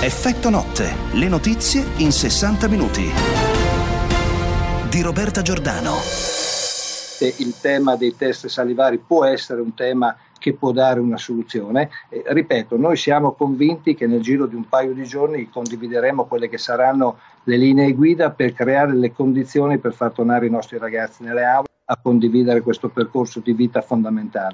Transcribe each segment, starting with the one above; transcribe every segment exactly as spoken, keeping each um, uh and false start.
Effetto notte, le notizie in sessanta minuti. Di Roberta Giordano. Il tema dei test salivari può essere un tema che può dare una soluzione. Eh, ripeto, noi siamo convinti che nel giro di un paio di giorni condivideremo quelle che saranno le linee guida per creare le condizioni per far tornare i nostri ragazzi nelle aule a condividere questo percorso di vita fondamentale.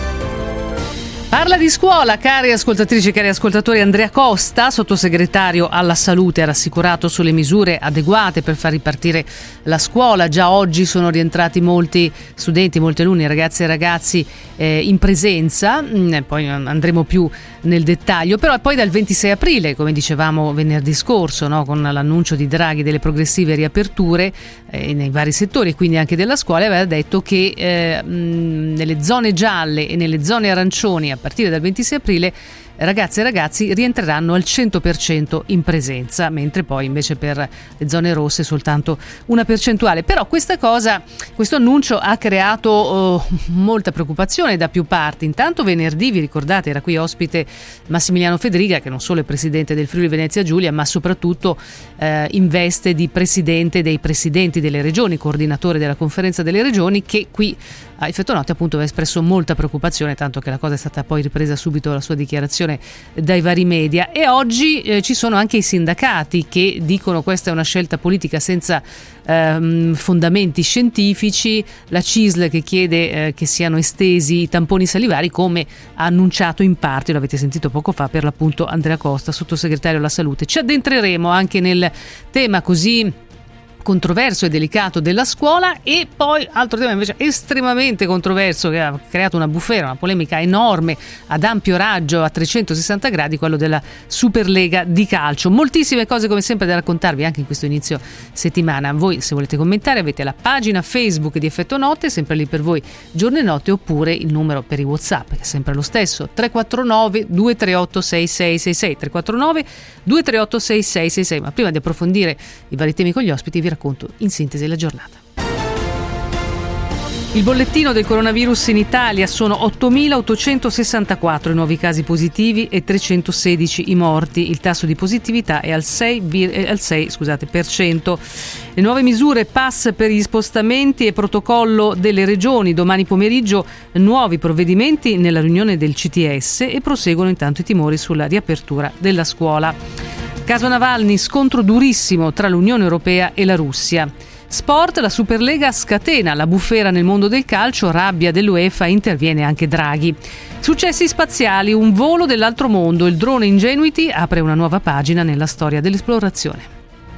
Parla di scuola, cari ascoltatrici e cari ascoltatori. Andrea Costa, sottosegretario alla salute, ha rassicurato sulle misure adeguate per far ripartire la scuola. Già oggi sono rientrati molti studenti, molti alunni, ragazze e ragazzi eh, in presenza, mm, poi andremo più nel dettaglio, però poi dal ventisei aprile, come dicevamo venerdì scorso, no, con l'annuncio di Draghi delle progressive riaperture eh, nei vari settori, quindi anche della scuola, aveva detto che eh, mh, nelle zone gialle e nelle zone arancioni a partire dal ventisei aprile ragazze e ragazzi rientreranno al cento per cento in presenza, mentre poi invece per le zone rosse soltanto una percentuale. Però questa cosa, questo annuncio ha creato uh, molta preoccupazione da più parti. Intanto venerdì, vi ricordate, era qui ospite Massimiliano Fedriga, che non solo è presidente del Friuli Venezia Giulia, ma soprattutto eh, in veste di presidente dei presidenti delle regioni, coordinatore della conferenza delle regioni, che qui a Effetto Notte appunto aveva espresso molta preoccupazione, tanto che la cosa è stata poi ripresa subito la sua dichiarazione dai vari media. E oggi eh, ci sono anche i sindacati che dicono questa è una scelta politica senza ehm, fondamenti scientifici, la C I S L che chiede eh, che siano estesi i tamponi salivari, come ha annunciato in parte, lo avete sentito poco fa, per l'appunto Andrea Costa, sottosegretario alla salute. Ci addentreremo anche nel tema così controverso e delicato della scuola, e poi altro tema invece estremamente controverso che ha creato una bufera, una polemica enorme ad ampio raggio, a trecentosessanta gradi, quello della Superlega di calcio. Moltissime cose come sempre da raccontarvi anche in questo inizio settimana. Voi, se volete commentare, avete la pagina Facebook di Effetto Notte, sempre lì per voi giorno e notte, oppure il numero per i WhatsApp che è sempre lo stesso, tre quattro nove due tre otto sei sei sei sei, tre quattro nove due tre otto sei sei sei sei. Ma prima di approfondire i vari temi con gli ospiti vi racconto in sintesi la giornata. Il bollettino del coronavirus in Italia: sono ottomilaottocentosessantaquattro i nuovi casi positivi e trecentosedici i morti. Il tasso di positività è al sei, al sei scusate, per cento. Le nuove misure, pass per gli spostamenti e protocollo delle regioni. Domani pomeriggio nuovi provvedimenti nella riunione del C T S, e proseguono intanto i timori sulla riapertura della scuola. Caso Navalny, scontro durissimo tra l'Unione Europea e la Russia. Sport, la Superlega scatena la bufera nel mondo del calcio, rabbia dell'UEFA, interviene anche Draghi. Successi spaziali, un volo dell'altro mondo, il drone Ingenuity apre una nuova pagina nella storia dell'esplorazione.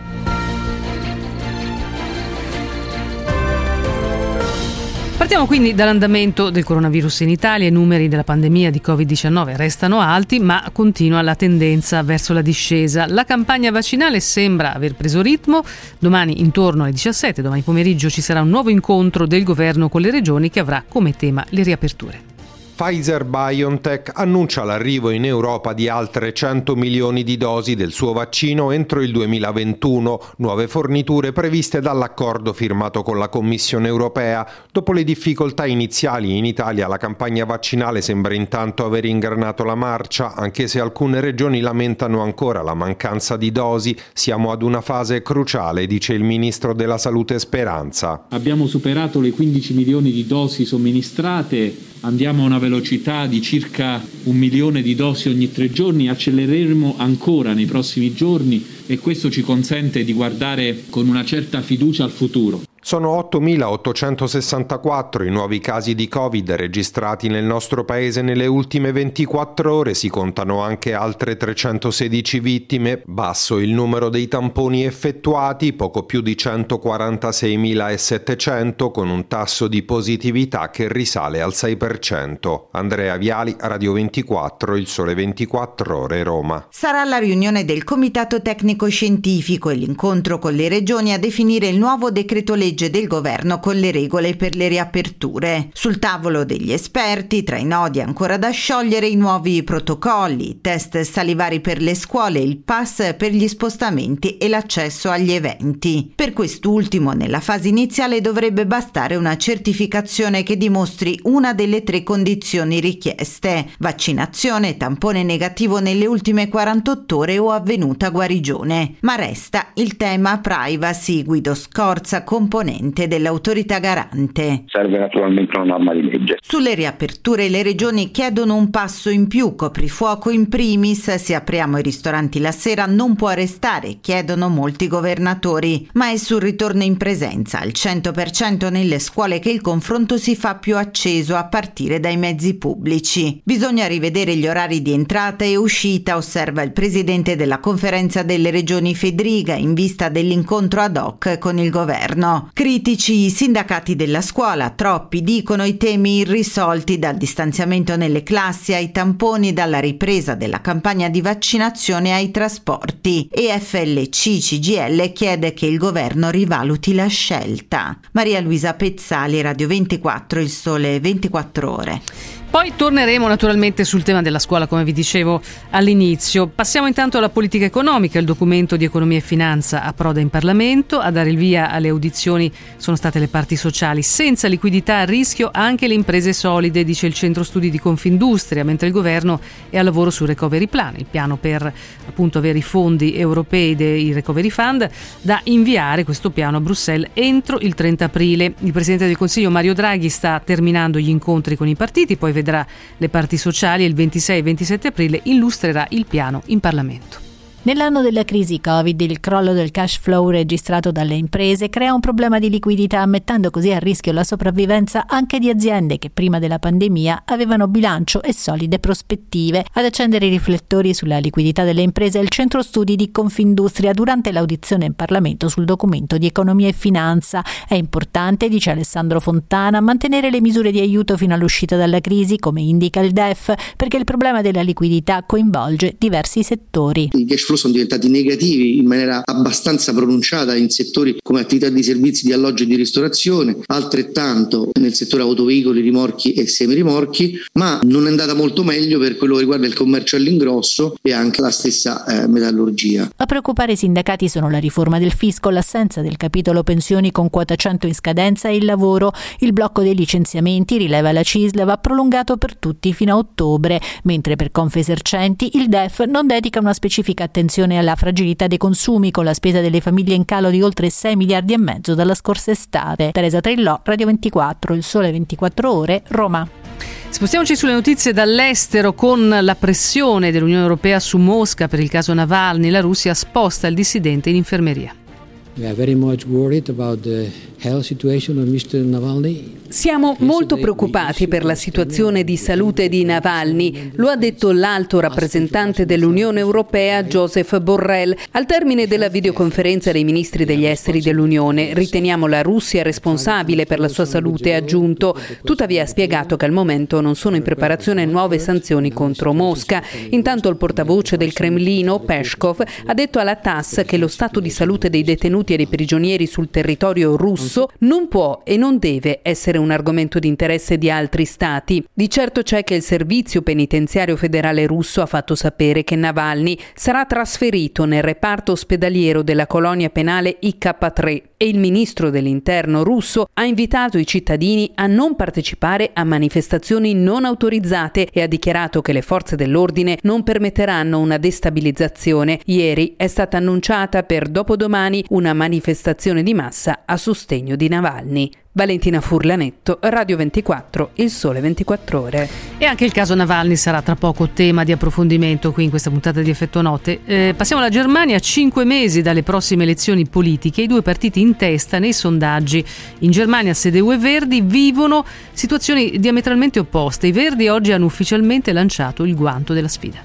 Partiamo quindi dall'andamento del coronavirus in Italia. I numeri della pandemia di covid diciannove restano alti, ma continua la tendenza verso la discesa. La campagna vaccinale sembra aver preso ritmo. Domani intorno alle diciassette, domani pomeriggio, ci sarà un nuovo incontro del governo con le regioni che avrà come tema le riaperture. Pfizer-BioNTech annuncia l'arrivo in Europa di altre cento milioni di dosi del suo vaccino entro il duemilaventuno, nuove forniture previste dall'accordo firmato con la Commissione europea. Dopo le difficoltà iniziali in Italia, la campagna vaccinale sembra intanto aver ingranato la marcia, anche se alcune regioni lamentano ancora la mancanza di dosi. Siamo ad una fase cruciale, dice il ministro della Salute Speranza. Abbiamo superato le quindici milioni di dosi somministrate, andiamo a una velocità di circa un milione di dosi ogni tre giorni, accelereremo ancora nei prossimi giorni e questo ci consente di guardare con una certa fiducia al futuro. Sono ottomilaottocentosessantaquattro i nuovi casi di Covid registrati nel nostro paese nelle ultime ventiquattro ore, si contano anche altre trecentosedici vittime, basso il numero dei tamponi effettuati, poco più di centoquarantaseimilasettecento, con un tasso di positività che risale al sei per cento. Andrea Viali, Radio ventiquattro, Il Sole ventiquattro Ore, Roma. Sarà la riunione del Comitato Tecnico Scientifico e l'incontro con le regioni a definire il nuovo decreto legge legge del governo con le regole per le riaperture. Sul tavolo degli esperti, tra i nodi ancora da sciogliere, i nuovi protocolli, i test salivari per le scuole, il pass per gli spostamenti e l'accesso agli eventi. Per quest'ultimo, nella fase iniziale dovrebbe bastare una certificazione che dimostri una delle tre condizioni richieste: vaccinazione, tampone negativo nelle ultime quarantotto ore o avvenuta guarigione. Ma resta il tema privacy. Guido Scorza, componente dell'autorità garante. Serve naturalmente una norma di legge. Sulle riaperture le regioni chiedono un passo in più, coprifuoco in primis, se apriamo i ristoranti la sera non può restare, chiedono molti governatori, ma è sul ritorno in presenza al cento per cento nelle scuole che il confronto si fa più acceso a partire dai mezzi pubblici. Bisogna rivedere gli orari di entrata e uscita, osserva il presidente della conferenza delle regioni Fedriga in vista dell'incontro ad hoc con il governo. Critici i sindacati della scuola, troppi dicono i temi irrisolti, dal distanziamento nelle classi ai tamponi, dalla ripresa della campagna di vaccinazione ai trasporti. E F L C C G I L chiede che il governo rivaluti la scelta. Maria Luisa Pezzali, Radio ventiquattro, Il Sole ventiquattro Ore. Poi torneremo naturalmente sul tema della scuola, come vi dicevo all'inizio. Passiamo intanto alla politica economica. Il documento di economia e finanza approda in Parlamento. A dare il via alle audizioni sono state le parti sociali. Senza liquidità a rischio anche le imprese solide, dice il centro studi di Confindustria, mentre il governo è al lavoro sul recovery plan, il piano per appunto avere i fondi europei dei recovery fund, da inviare questo piano a Bruxelles entro il trenta aprile. Il Presidente del Consiglio Mario Draghi sta terminando gli incontri con i partiti, poi vedrà le parti sociali e il ventisei e ventisette aprile illustrerà il piano in Parlamento. Nell'anno della crisi Covid, il crollo del cash flow registrato dalle imprese crea un problema di liquidità, mettendo così a rischio la sopravvivenza anche di aziende che prima della pandemia avevano bilancio e solide prospettive. Ad accendere i riflettori sulla liquidità delle imprese è il centro studi di Confindustria durante l'audizione in Parlamento sul documento di economia e finanza. È importante, dice Alessandro Fontana, mantenere le misure di aiuto fino all'uscita dalla crisi, come indica il D E F, perché il problema della liquidità coinvolge diversi settori. I cash flow sono diventati negativi in maniera abbastanza pronunciata in settori come attività di servizi, di alloggio e di ristorazione, altrettanto nel settore autoveicoli, rimorchi e semirimorchi, ma non è andata molto meglio per quello che riguarda il commercio all'ingrosso e anche la stessa eh, metallurgia. A preoccupare i sindacati sono la riforma del fisco, l'assenza del capitolo pensioni con quota cento in scadenza e il lavoro. Il blocco dei licenziamenti, rileva la C I S L, va prolungato per tutti fino a ottobre, mentre per Confesercenti il D E F non dedica una specifica attenzione alla fragilità dei consumi, con la spesa delle famiglie in calo di oltre sei miliardi e mezzo dalla scorsa estate. Teresa Trillò, Radio ventiquattro, Il Sole ventiquattro Ore, Roma. Spostiamoci sulle notizie dall'estero. Con la pressione dell'Unione Europea su Mosca per il caso Navalny, la Russia sposta il dissidente in infermeria. We are very much worried about the health situation of mister Navalny. Siamo molto preoccupati per la situazione di salute di Navalny, lo ha detto l'alto rappresentante dell'Unione Europea Joseph Borrell al termine della videoconferenza dei ministri degli esteri dell'Unione. Riteniamo la Russia responsabile per la sua salute, ha aggiunto. Tuttavia ha spiegato che al momento non sono in preparazione nuove sanzioni contro Mosca. Intanto il portavoce del Cremlino, Peskov, ha detto alla T A S S che lo stato di salute dei detenuti e dei prigionieri sul territorio russo non può e non deve essere un argomento di interesse di altri stati. Di certo c'è che il Servizio Penitenziario Federale russo ha fatto sapere che Navalny sarà trasferito nel reparto ospedaliero della colonia penale I K tre e il ministro dell'Interno russo ha invitato i cittadini a non partecipare a manifestazioni non autorizzate e ha dichiarato che le forze dell'ordine non permetteranno una destabilizzazione. Ieri è stata annunciata per dopodomani una manifestazione di massa a sostegno di Navalny. Valentina Furlanetto, Radio ventiquattro, Il Sole ventiquattro Ore. E anche il caso Navalny sarà tra poco tema di approfondimento qui in questa puntata di Effetto Notte. Eh, passiamo alla Germania. A cinque mesi dalle prossime elezioni politiche, i due partiti in testa nei sondaggi. In Germania C D U e Verdi vivono situazioni diametralmente opposte. I Verdi oggi hanno ufficialmente lanciato il guanto della sfida.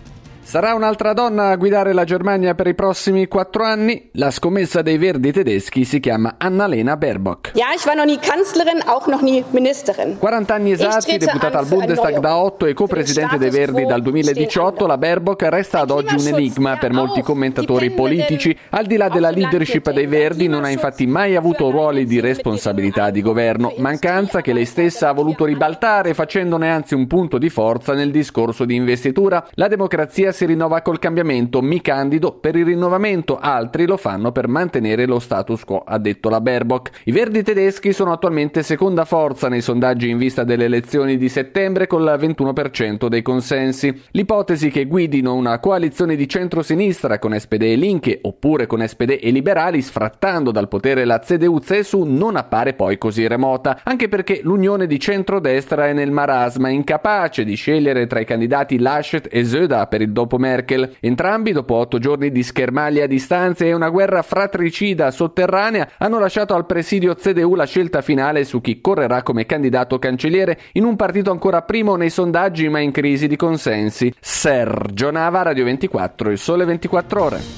Sarà un'altra donna a guidare la Germania per i prossimi quattro anni? La scommessa dei Verdi tedeschi si chiama Annalena Baerbock. Ja, ich war noch nie Kanzlerin, auch noch nie Ministerin. quaranta anni esatti, deputata al Bundestag da otto e co-presidente dei Verdi dal duemiladiciotto, la Baerbock resta ad oggi un enigma per molti commentatori politici. Al di là della leadership dei Verdi, non ha infatti mai avuto ruoli di responsabilità di governo, mancanza che lei stessa ha voluto ribaltare facendone anzi un punto di forza nel discorso di investitura. La democrazia si rinnova col cambiamento, mi candido per il rinnovamento, altri lo fanno per mantenere lo status quo, ha detto la Baerbock. I Verdi tedeschi sono attualmente seconda forza nei sondaggi in vista delle elezioni di settembre col ventuno per cento dei consensi. L'ipotesi che guidino una coalizione di centrosinistra con S P D e Linke oppure con S P D e liberali sfrattando dal potere la C D U C S U non appare poi così remota, anche perché l'unione di centrodestra è nel marasma, incapace di scegliere tra i candidati Laschet e Söder per il dopo Merkel. Entrambi, dopo otto giorni di schermaglie a distanze e una guerra fratricida sotterranea, hanno lasciato al presidio C D U la scelta finale su chi correrà come candidato cancelliere in un partito ancora primo nei sondaggi ma in crisi di consensi. Sergio Nava, Radio ventiquattro, Il Sole ventiquattro Ore.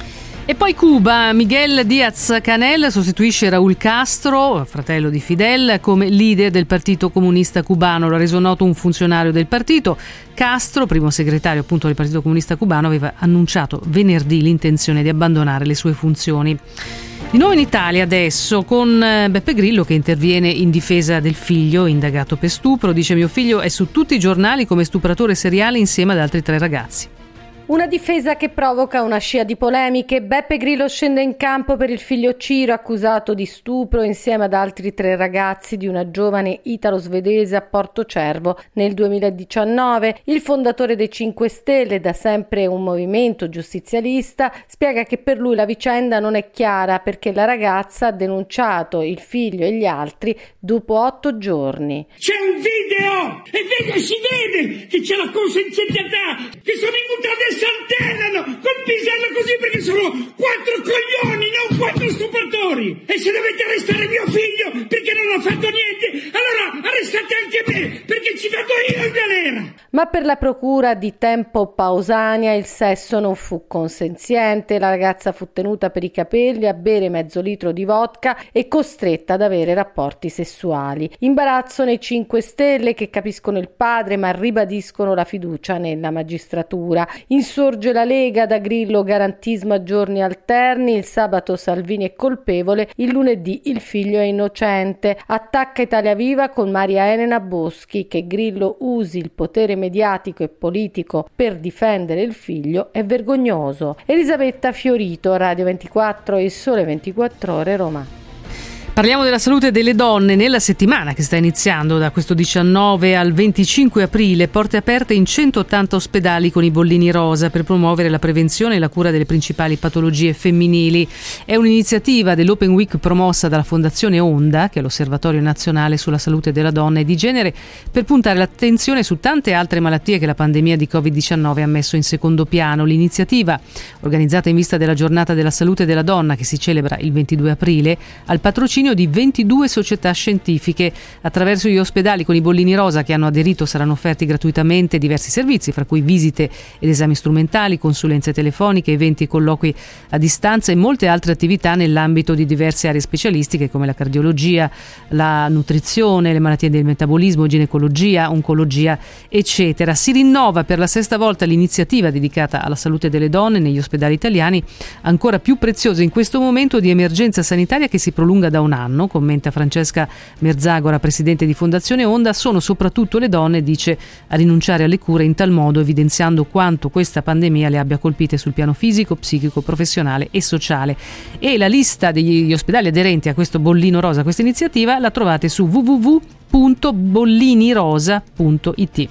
E poi Cuba, Miguel Díaz-Canel sostituisce Raúl Castro, fratello di Fidel, come leader del Partito Comunista Cubano. Lo ha reso noto un funzionario del partito. Castro, primo segretario appunto del Partito Comunista Cubano, aveva annunciato venerdì l'intenzione di abbandonare le sue funzioni. Di nuovo in Italia adesso con Beppe Grillo che interviene in difesa del figlio indagato per stupro. Dice: mio figlio è su tutti i giornali come stupratore seriale insieme ad altri tre ragazzi. Una difesa che provoca una scia di polemiche. Beppe Grillo scende in campo per il figlio Ciro, accusato di stupro insieme ad altri tre ragazzi di una giovane italo-svedese a Porto Cervo nel duemiladiciannove. Il fondatore dei cinque Stelle, da sempre un movimento giustizialista, spiega che per lui la vicenda non è chiara perché la ragazza ha denunciato il figlio e gli altri dopo otto giorni. C'è un video e vede, si vede che c'è la consenzialità, che sono immutate saltellano col pisello così perché sono quattro coglioni, non quattro stupratori. E se dovete arrestare mio figlio perché non ha fatto niente, allora arrestate anche me perché ci vado io in galera. Ma per la procura di Tempo Pausania il sesso non fu consenziente. La ragazza fu tenuta per i capelli a bere mezzo litro di vodka e costretta ad avere rapporti sessuali. Imbarazzo nei cinque Stelle che capiscono il padre ma ribadiscono la fiducia nella magistratura. Insorge la Lega, da Grillo garantismo a giorni alterni, il sabato Salvini è colpevole, il lunedì il figlio è innocente. Attacca Italia Viva con Maria Elena Boschi, che Grillo usi il potere mediatico e politico per difendere il figlio è vergognoso. Elisabetta Fiorito, Radio ventiquattro, Il Sole ventiquattro Ore, Roma. Parliamo della salute delle donne. Nella settimana che sta iniziando da questo diciannove al venticinque aprile, porte aperte in centottanta ospedali con i bollini rosa per promuovere la prevenzione e la cura delle principali patologie femminili. È un'iniziativa dell'Open Week promossa dalla Fondazione Onda, che è l'Osservatorio Nazionale sulla Salute della Donna e di Genere, per puntare l'attenzione su tante altre malattie che la pandemia di covid diciannove ha messo in secondo piano. L'iniziativa, organizzata in vista della Giornata della Salute della Donna, che si celebra il ventidue aprile, al patrocinio di ventidue società scientifiche. Attraverso gli ospedali con i bollini rosa che hanno aderito saranno offerti gratuitamente diversi servizi, fra cui visite ed esami strumentali, consulenze telefoniche, eventi e colloqui a distanza e molte altre attività nell'ambito di diverse aree specialistiche come la cardiologia, la nutrizione, le malattie del metabolismo, ginecologia, oncologia, eccetera. Si rinnova per la sesta volta l'iniziativa dedicata alla salute delle donne negli ospedali italiani, ancora più preziosa in questo momento di emergenza sanitaria che si prolunga da un anno, commenta Francesca Merzagora, presidente di Fondazione Onda. Sono soprattutto le donne, dice, a rinunciare alle cure in tal modo, evidenziando quanto questa pandemia le abbia colpite sul piano fisico, psichico, professionale e sociale. E la lista degli ospedali aderenti a questo bollino rosa, a questa iniziativa, la trovate su w w w punto bollinirosa punto i t.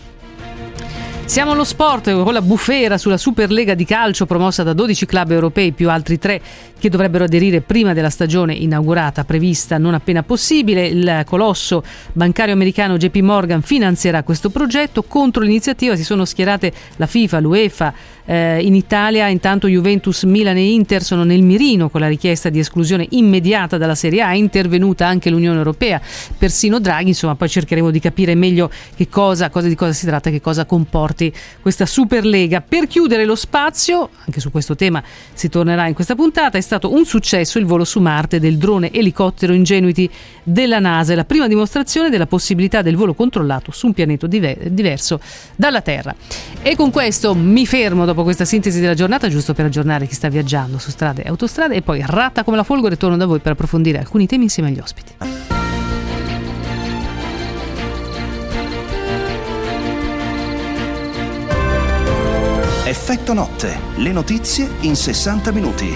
Siamo allo sport con la bufera sulla Superlega di calcio promossa da dodici club europei più altri tre che dovrebbero aderire prima della stagione inaugurata prevista non appena possibile. Il colosso bancario americano J P Morgan finanzierà questo progetto. Contro l'iniziativa si sono schierate la FIFA, l'UEFA. Eh, in Italia intanto Juventus, Milan e Inter sono nel mirino con la richiesta di esclusione immediata dalla Serie A. È intervenuta anche l'Unione Europea, persino Draghi. Insomma, poi cercheremo di capire meglio che cosa, cosa di cosa si tratta, che cosa comporta trasporti, questa Superlega. Per chiudere lo spazio, anche su questo tema si tornerà in questa puntata, è stato un successo il volo su Marte del drone elicottero Ingenuity della NASA, la prima dimostrazione della possibilità del volo controllato su un pianeta diver- diverso dalla Terra. E con questo mi fermo dopo questa sintesi della giornata, giusto per aggiornare chi sta viaggiando su strade e autostrade, e poi ratta come la folgore torno da voi per approfondire alcuni temi insieme agli ospiti. Effetto notte, le notizie in sessanta minuti.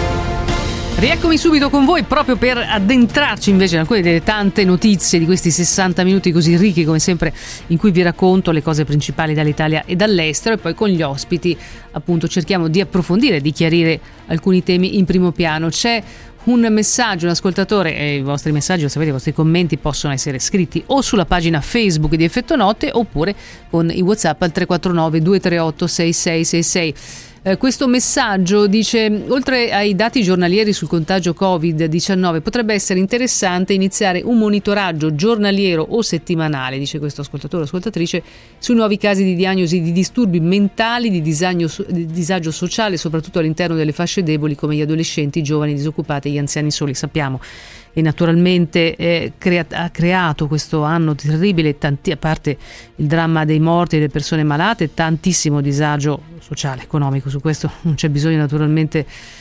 Rieccomi subito con voi proprio per addentrarci invece in alcune delle tante notizie di questi sessanta minuti così ricchi come sempre, in cui vi racconto le cose principali dall'Italia e dall'estero, e poi con gli ospiti appunto cerchiamo di approfondire, di chiarire alcuni temi in primo piano. C'è un messaggio, un ascoltatore, e i vostri messaggi, lo sapete, i vostri commenti possono essere scritti o sulla pagina Facebook di Effetto Notte oppure con i WhatsApp al tre quattro nove due tre otto sei sei sei sei. Eh, questo messaggio dice: oltre ai dati giornalieri sul contagio covid diciannove potrebbe essere interessante iniziare un monitoraggio giornaliero o settimanale, dice questo ascoltatore o ascoltatrice, sui nuovi casi di diagnosi di disturbi mentali, di, disagno, di disagio sociale, soprattutto all'interno delle fasce deboli come gli adolescenti, i giovani, i disoccupati e gli anziani soli. Sappiamo e naturalmente eh, crea- ha creato questo anno terribile, tanti, a parte il dramma dei morti e delle persone malate, tantissimo disagio sociale, economico. Su questo non c'è bisogno naturalmente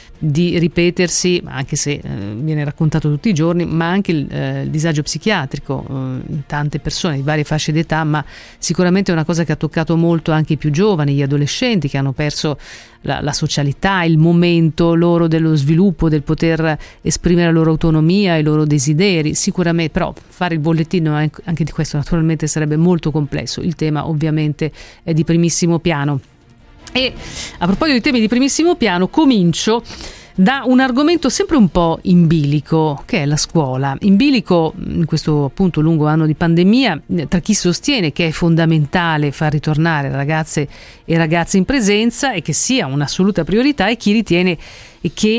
di ripetersi, anche se eh, viene raccontato tutti i giorni, ma anche il, eh, il disagio psichiatrico eh, in tante persone di varie fasce d'età, ma sicuramente è una cosa che ha toccato molto anche i più giovani, gli adolescenti, che hanno perso la, la socialità, il momento loro dello sviluppo, del poter esprimere la loro autonomia, i loro desideri. Sicuramente, però fare il bollettino anche di questo naturalmente sarebbe molto complesso. Il tema ovviamente è di primissimo piano. E a proposito di temi di primissimo piano, comincio da un argomento sempre un po' in bilico, che è la scuola. In bilico in questo appunto lungo anno di pandemia, tra chi sostiene che è fondamentale far ritornare ragazze e ragazzi in presenza e che sia un'assoluta priorità, e chi ritiene che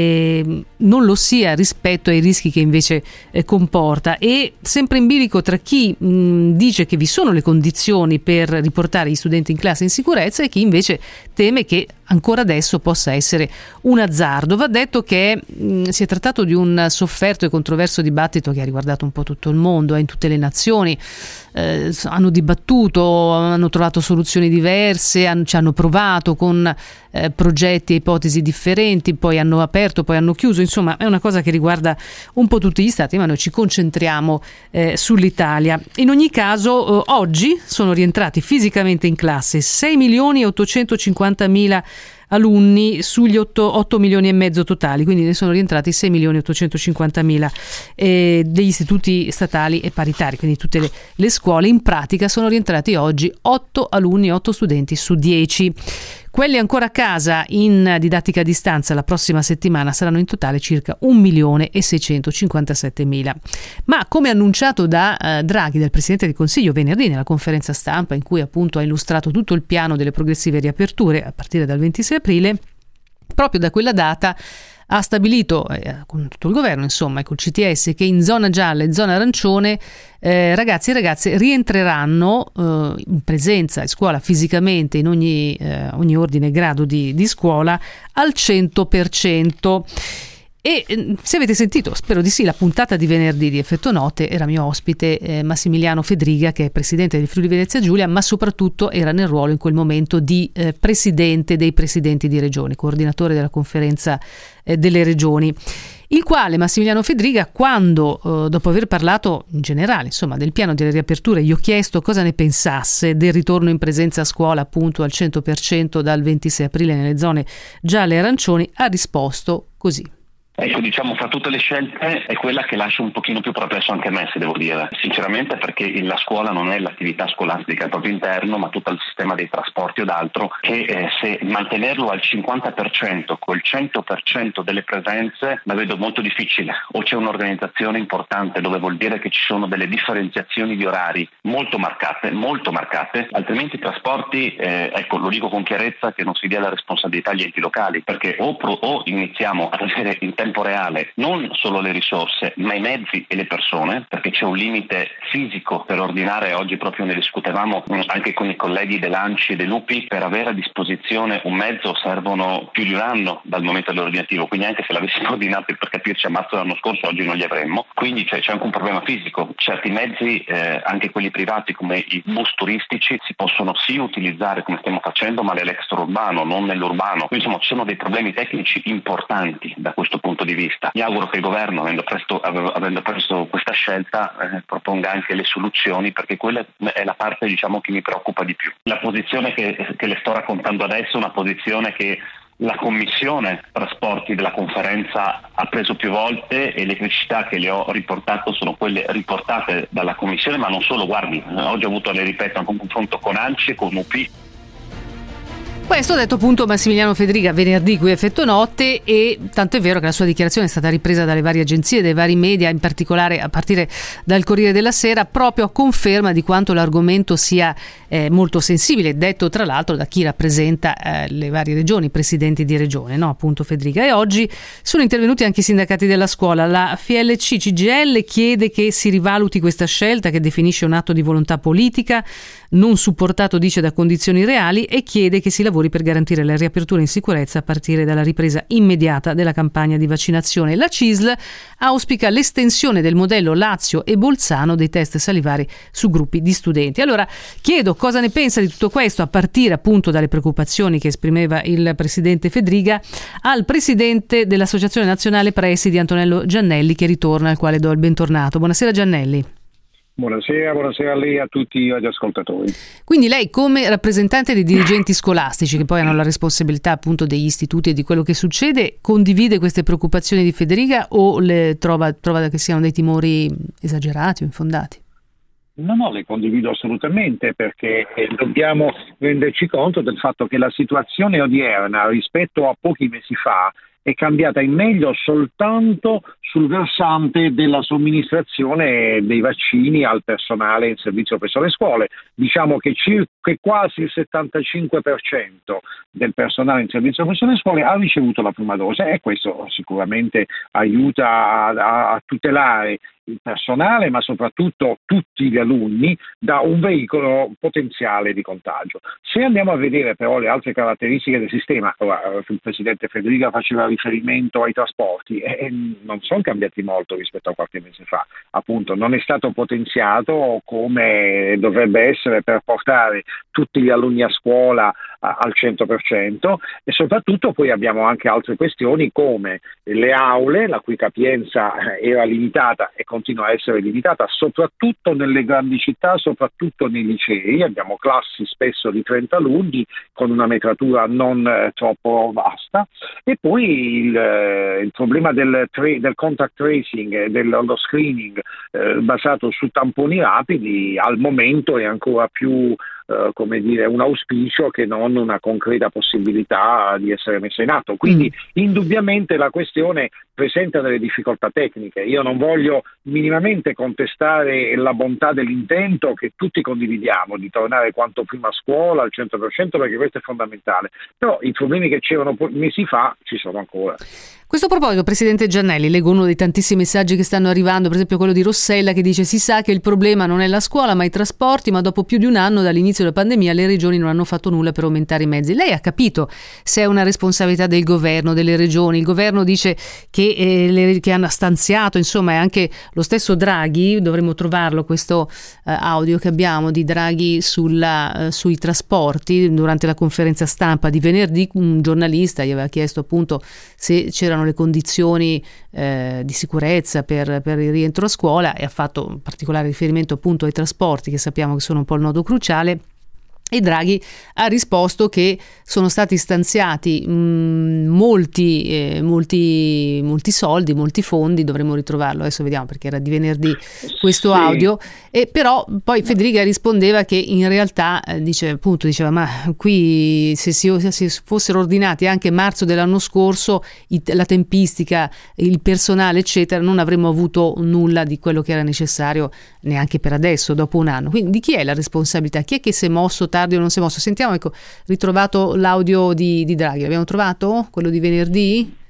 eh, non lo sia rispetto ai rischi che invece eh, comporta. E sempre in bilico tra chi mh, dice che vi sono le condizioni per riportare gli studenti in classe in sicurezza e chi invece teme che ancora adesso possa essere un azzardo. Va detto che mh, si è trattato di un sofferto e controverso dibattito che ha riguardato un po' tutto il mondo, eh, in tutte le nazioni. Eh, hanno dibattuto, hanno trovato soluzioni diverse, hanno, ci hanno provato con eh, progetti e ipotesi differenti, poi hanno aperto, poi hanno chiuso. Insomma, è una cosa che riguarda un po' tutti gli stati, ma noi ci concentriamo eh, sull'Italia. In ogni caso, eh, oggi sono rientrati fisicamente in classe sei milioni e ottocentocinquantamila alunni sugli otto milioni e mezzo totali, quindi ne sono rientrati sei milioni e ottocentocinquantamila eh, degli istituti statali e paritari, quindi tutte le, le scuole. In pratica sono rientrati oggi otto alunni, otto studenti su dieci. Quelli ancora a casa in didattica a distanza la prossima settimana saranno in totale circa un milione e seicentocinquantasettemila. Ma come annunciato da eh, Draghi, dal Presidente del Consiglio, venerdì nella conferenza stampa in cui appunto ha illustrato tutto il piano delle progressive riaperture a partire dal ventisei aprile, proprio da quella data ha stabilito eh, con tutto il governo, insomma, e col C T S, che in zona gialla e zona arancione eh, ragazzi e ragazze rientreranno eh, in presenza in scuola fisicamente in ogni, eh, ogni ordine e grado di, di scuola al cento per cento. E se avete sentito, spero di sì, la puntata di venerdì di Effetto Notte, era mio ospite eh, Massimiliano Fedriga, che è presidente del Friuli Venezia Giulia, ma soprattutto era nel ruolo in quel momento di eh, presidente dei presidenti di regione, coordinatore della conferenza eh, delle regioni, il quale Massimiliano Fedriga, quando eh, dopo aver parlato in generale insomma del piano delle riaperture, gli ho chiesto cosa ne pensasse del ritorno in presenza a scuola appunto al cento per cento dal ventisei aprile nelle zone gialle e arancioni, ha risposto così. Ecco, diciamo, fra tutte le scelte è quella che lascia un pochino più perplesso anche me, se devo dire, sinceramente, perché la scuola non è l'attività scolastica al proprio interno, ma tutto il sistema dei trasporti o d'altro, che eh, se mantenerlo al cinquanta per cento col cento per cento delle presenze la vedo molto difficile. O c'è un'organizzazione importante, dove vuol dire che ci sono delle differenziazioni di orari molto marcate, molto marcate, altrimenti i trasporti, eh, ecco, lo dico con chiarezza, che non si dia la responsabilità agli enti locali, perché o, pro, o iniziamo ad avere in tempi tempo reale non solo le risorse ma i mezzi e le persone, perché c'è un limite fisico per ordinare. Oggi proprio ne discutevamo anche con i colleghi dell'Anci e dell'U P I, per avere a disposizione un mezzo servono più di un anno dal momento dell'ordinativo, quindi anche se l'avessimo ordinato per capirci a marzo dell'anno scorso oggi non li avremmo, quindi c'è, c'è anche un problema fisico. Certi mezzi, eh, anche quelli privati come i bus turistici, si possono sì utilizzare come stiamo facendo ma nell'extraurbano, non nell'urbano, quindi insomma ci sono dei problemi tecnici importanti da questo punto di vista. Mi auguro che il governo, avendo presto, avendo preso questa scelta, eh, proponga anche le soluzioni, perché quella è la parte diciamo che mi preoccupa di più. La posizione che, che le sto raccontando adesso è una posizione che la Commissione Trasporti della Conferenza ha preso più volte, e le criticità che le ho riportato sono quelle riportate dalla Commissione, ma non solo. Guardi, oggi ho avuto, le ripeto, anche un confronto con Anci e con U P I. Questo ha detto appunto Massimiliano Fedriga venerdì qui a Effetto Notte, e tanto è vero che la sua dichiarazione è stata ripresa dalle varie agenzie, dai vari media, in particolare a partire dal Corriere della Sera, proprio a conferma di quanto l'argomento sia eh, molto sensibile, detto tra l'altro da chi rappresenta eh, le varie regioni, presidenti di regione, no? Appunto Fedriga. E oggi sono intervenuti anche i sindacati della scuola. La F L C C G I L chiede che si rivaluti questa scelta, che definisce un atto di volontà politica non supportato, dice, da condizioni reali, e chiede che si lavori per garantire la riapertura in sicurezza a partire dalla ripresa immediata della campagna di vaccinazione. La C I S L auspica l'estensione del modello Lazio e Bolzano dei test salivari su gruppi di studenti. Allora chiedo cosa ne pensa di tutto questo, a partire appunto dalle preoccupazioni che esprimeva il presidente Fedriga, al presidente dell'Associazione Nazionale Presidi, Antonello Giannelli, che ritorna, al quale do il bentornato. Buonasera Giannelli. Buonasera, buonasera a lei e a tutti gli ascoltatori. Quindi lei, come rappresentante dei dirigenti scolastici, che poi hanno la responsabilità appunto degli istituti e di quello che succede, condivide queste preoccupazioni di Fedriga o le trova, trova che siano dei timori esagerati o infondati? No, no, le condivido assolutamente, perché dobbiamo renderci conto del fatto che la situazione odierna rispetto a pochi mesi fa è cambiata in meglio soltanto sul versante della somministrazione dei vaccini al personale in servizio presso le scuole. Diciamo che circa quasi il settantacinque per cento del personale in servizio presso le scuole ha ricevuto la prima dose, e questo sicuramente aiuta a, a, a tutelare il personale, ma soprattutto tutti gli alunni, da un veicolo potenziale di contagio. Se andiamo a vedere però le altre caratteristiche del sistema, ora, il presidente Fedriga faceva riferimento ai trasporti, e eh, non sono cambiati molto rispetto a qualche mese fa. Appunto, non è stato potenziato come dovrebbe essere per portare tutti gli alunni a scuola a, al cento per cento, e soprattutto poi abbiamo anche altre questioni come le aule, la cui capienza era limitata e continua a essere limitata, soprattutto nelle grandi città, soprattutto nei licei. Abbiamo classi spesso di trenta alunni con una metratura non eh, troppo vasta, e poi il, eh, il problema del, tra- del contact tracing e dello screening eh, basato su tamponi rapidi al momento è ancora più Uh, come dire, un auspicio che non una concreta possibilità di essere messa in atto. Quindi indubbiamente la questione presenta delle difficoltà tecniche. Io non voglio minimamente contestare la bontà dell'intento, che tutti condividiamo, di tornare quanto prima a scuola al cento per cento, perché questo è fondamentale, però i problemi che c'erano mesi fa ci sono ancora. Questo proposito, presidente Giannelli, leggo uno dei tantissimi messaggi che stanno arrivando, per esempio quello di Rossella, che dice: si sa che il problema non è la scuola ma i trasporti, ma dopo più di un anno dall'inizio della pandemia le regioni non hanno fatto nulla per aumentare i mezzi. Lei ha capito se è una responsabilità del governo, delle regioni? Il governo dice che, eh, le, che hanno stanziato, insomma, è anche lo stesso Draghi, dovremmo trovarlo questo eh, audio che abbiamo di Draghi sulla, eh, sui trasporti durante la conferenza stampa di venerdì. Un giornalista gli aveva chiesto appunto se c'erano le condizioni eh, di sicurezza per, per il rientro a scuola, e ha fatto un particolare riferimento appunto ai trasporti, che sappiamo che sono un po' il nodo cruciale. E Draghi ha risposto che sono stati stanziati mh, molti, eh, molti, molti soldi, molti fondi. Dovremmo ritrovarlo, adesso vediamo perché era di venerdì questo sì. audio. E però poi Fedriga rispondeva che in realtà eh, dice, appunto, diceva ma qui se si, se si fossero ordinati anche marzo dell'anno scorso i, la tempistica, il personale eccetera, non avremmo avuto nulla di quello che era necessario neanche per adesso, dopo un anno. Quindi di chi è la responsabilità? Chi è che si è mosso tardi o non si è mosso? Sentiamo, ecco, ritrovato l'audio di, di Draghi. L'abbiamo trovato? Quello di venerdì?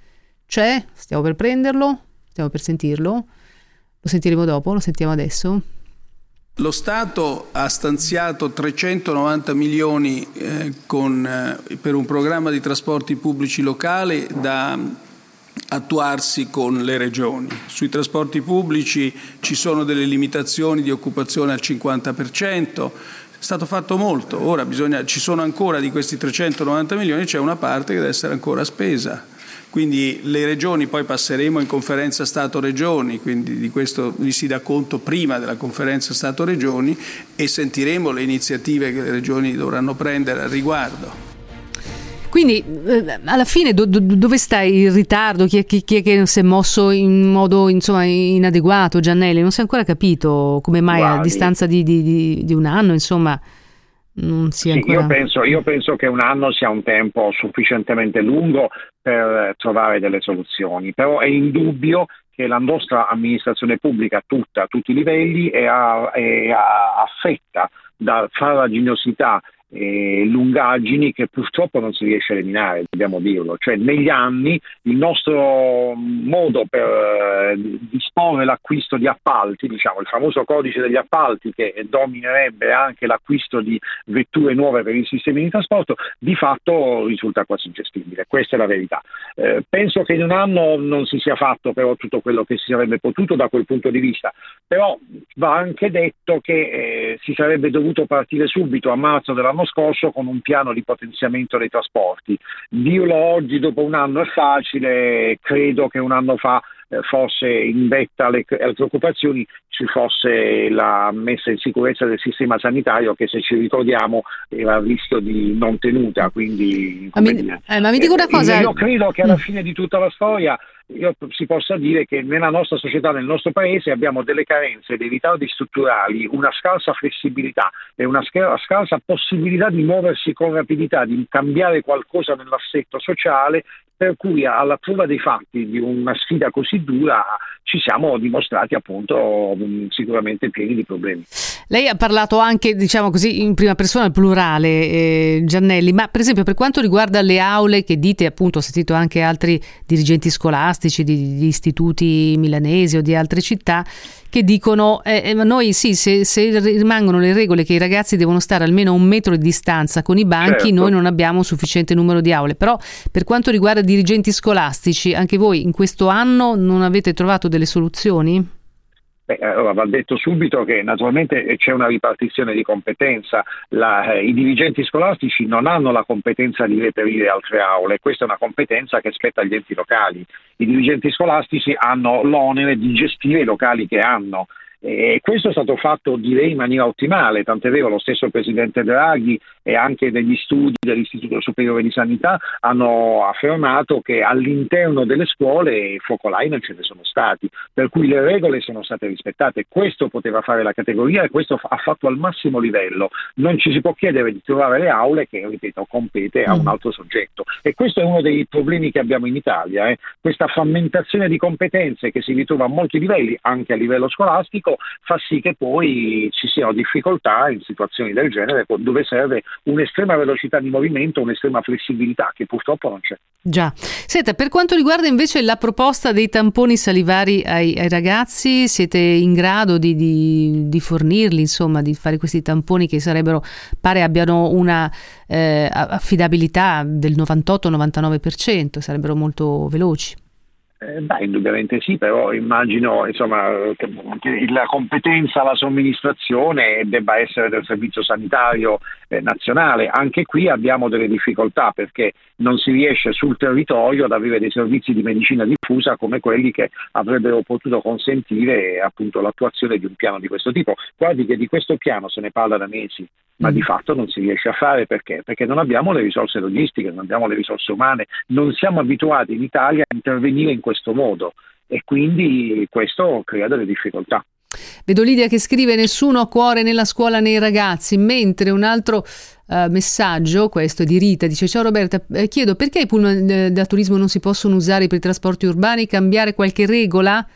c'è, stiamo per prenderlo, stiamo per sentirlo, lo sentiremo dopo, lo sentiamo adesso. Lo Stato ha stanziato trecentonovanta milioni eh, con, eh, per un programma di trasporti pubblici locali da attuarsi con le regioni. Sui trasporti pubblici ci sono delle limitazioni di occupazione al cinquanta per cento, è stato fatto molto, ora bisogna, ci sono ancora di questi trecentonovanta milioni, c'è una parte che deve essere ancora spesa. Quindi le regioni, poi passeremo in conferenza Stato-Regioni, quindi di questo vi si dà conto prima della conferenza Stato-Regioni e sentiremo le iniziative che le regioni dovranno prendere al riguardo. Quindi eh, alla fine do, do, dove sta il ritardo? Chi è, chi, chi è che si è mosso in modo insomma inadeguato? Giannelli, non si è ancora capito come mai Guardi. a distanza di, di, di, di un anno insomma non sia sì, ancora... io, penso, io penso che un anno sia un tempo sufficientemente lungo per trovare delle soluzioni, però è indubbio che la nostra amministrazione pubblica tutta, a tutti i livelli, è, a, è a, affetta da farraginosità e lungaggini che purtroppo non si riesce a eliminare, dobbiamo dirlo. Cioè negli anni il nostro modo per eh, disporre l'acquisto di appalti, diciamo il famoso codice degli appalti che dominerebbe anche l'acquisto di vetture nuove per i sistemi di trasporto, di fatto risulta quasi ingestibile, questa è la verità. Eh, penso che in un anno non si sia fatto però tutto quello che si sarebbe potuto da quel punto di vista, però va anche detto che eh, si sarebbe dovuto partire subito a marzo dell'anno scorso con un piano di potenziamento dei trasporti. Dirlo oggi dopo un anno è facile, credo che un anno fa eh, fosse in vetta alle, alle preoccupazioni ci fosse la messa in sicurezza del sistema sanitario che, se ci ricordiamo, era a rischio di non tenuta, quindi ma mi, eh, ma mi dico una cosa, eh, io credo che alla fine di tutta la storia io si possa dire che nella nostra società, nel nostro paese, abbiamo delle carenze, dei ritardi strutturali, una scarsa flessibilità e una scarsa possibilità di muoversi con rapidità, di cambiare qualcosa nell'assetto sociale, per cui alla prova dei fatti di una sfida così dura ci siamo dimostrati appunto sicuramente pieni di problemi. Lei ha parlato anche, diciamo così, in prima persona, al plurale, eh, Giannelli, ma per esempio per quanto riguarda le aule che dite, appunto ho sentito anche altri dirigenti scolastici di, di istituti milanesi o di altre città che dicono eh, ma noi sì, se, se rimangono le regole che i ragazzi devono stare almeno a un metro di distanza con i banchi, certo, noi non abbiamo sufficiente numero di aule. Però per quanto riguarda i dirigenti scolastici, anche voi in questo anno non avete trovato delle soluzioni? Beh, allora va detto subito che naturalmente c'è una ripartizione di competenza. La, eh, i dirigenti scolastici non hanno la competenza di reperire altre aule, questa è una competenza che spetta agli enti locali. I dirigenti scolastici hanno l'onere di gestire i locali che hanno. E questo è stato fatto, direi, in maniera ottimale, tant'è vero lo stesso Presidente Draghi e anche degli studi dell'Istituto Superiore di Sanità hanno affermato che all'interno delle scuole focolai non ce ne sono stati, per cui le regole sono state rispettate. Questo poteva fare la categoria e questo ha fatto al massimo livello. Non ci si può chiedere di trovare le aule che, ripeto, compete a un altro soggetto, e questo è uno dei problemi che abbiamo in Italia, eh. Questa frammentazione di competenze che si ritrova a molti livelli, anche a livello scolastico, fa sì che poi ci siano difficoltà in situazioni del genere dove serve un'estrema velocità di movimento, un'estrema flessibilità che purtroppo non c'è. Già. Senta, per quanto riguarda invece la proposta dei tamponi salivari ai, ai ragazzi, siete in grado di, di, di fornirli, insomma, di fare questi tamponi che sarebbero, pare abbiano una eh, affidabilità del novantotto novantanove per cento, sarebbero molto veloci? Eh, beh, indubbiamente sì, però immagino insomma che, che la competenza alla somministrazione debba essere del Servizio Sanitario eh, Nazionale. Anche qui abbiamo delle difficoltà perché non si riesce sul territorio ad avere dei servizi di medicina diffusa come quelli che avrebbero potuto consentire appunto l'attuazione di un piano di questo tipo. Guardi che di questo piano se ne parla da mesi, ma di fatto non si riesce a fare. Perché? Perché non abbiamo le risorse logistiche, non abbiamo le risorse umane, non siamo abituati in Italia a intervenire in questo modo e quindi questo crea delle difficoltà. Vedo Lidia che scrive: nessuno ha cuore nella scuola nei ragazzi, mentre un altro uh, messaggio, questo è di Rita, dice: ciao Roberta, eh, chiedo perché i pullman da turismo non si possono usare per i trasporti urbani, cambiare qualche regola?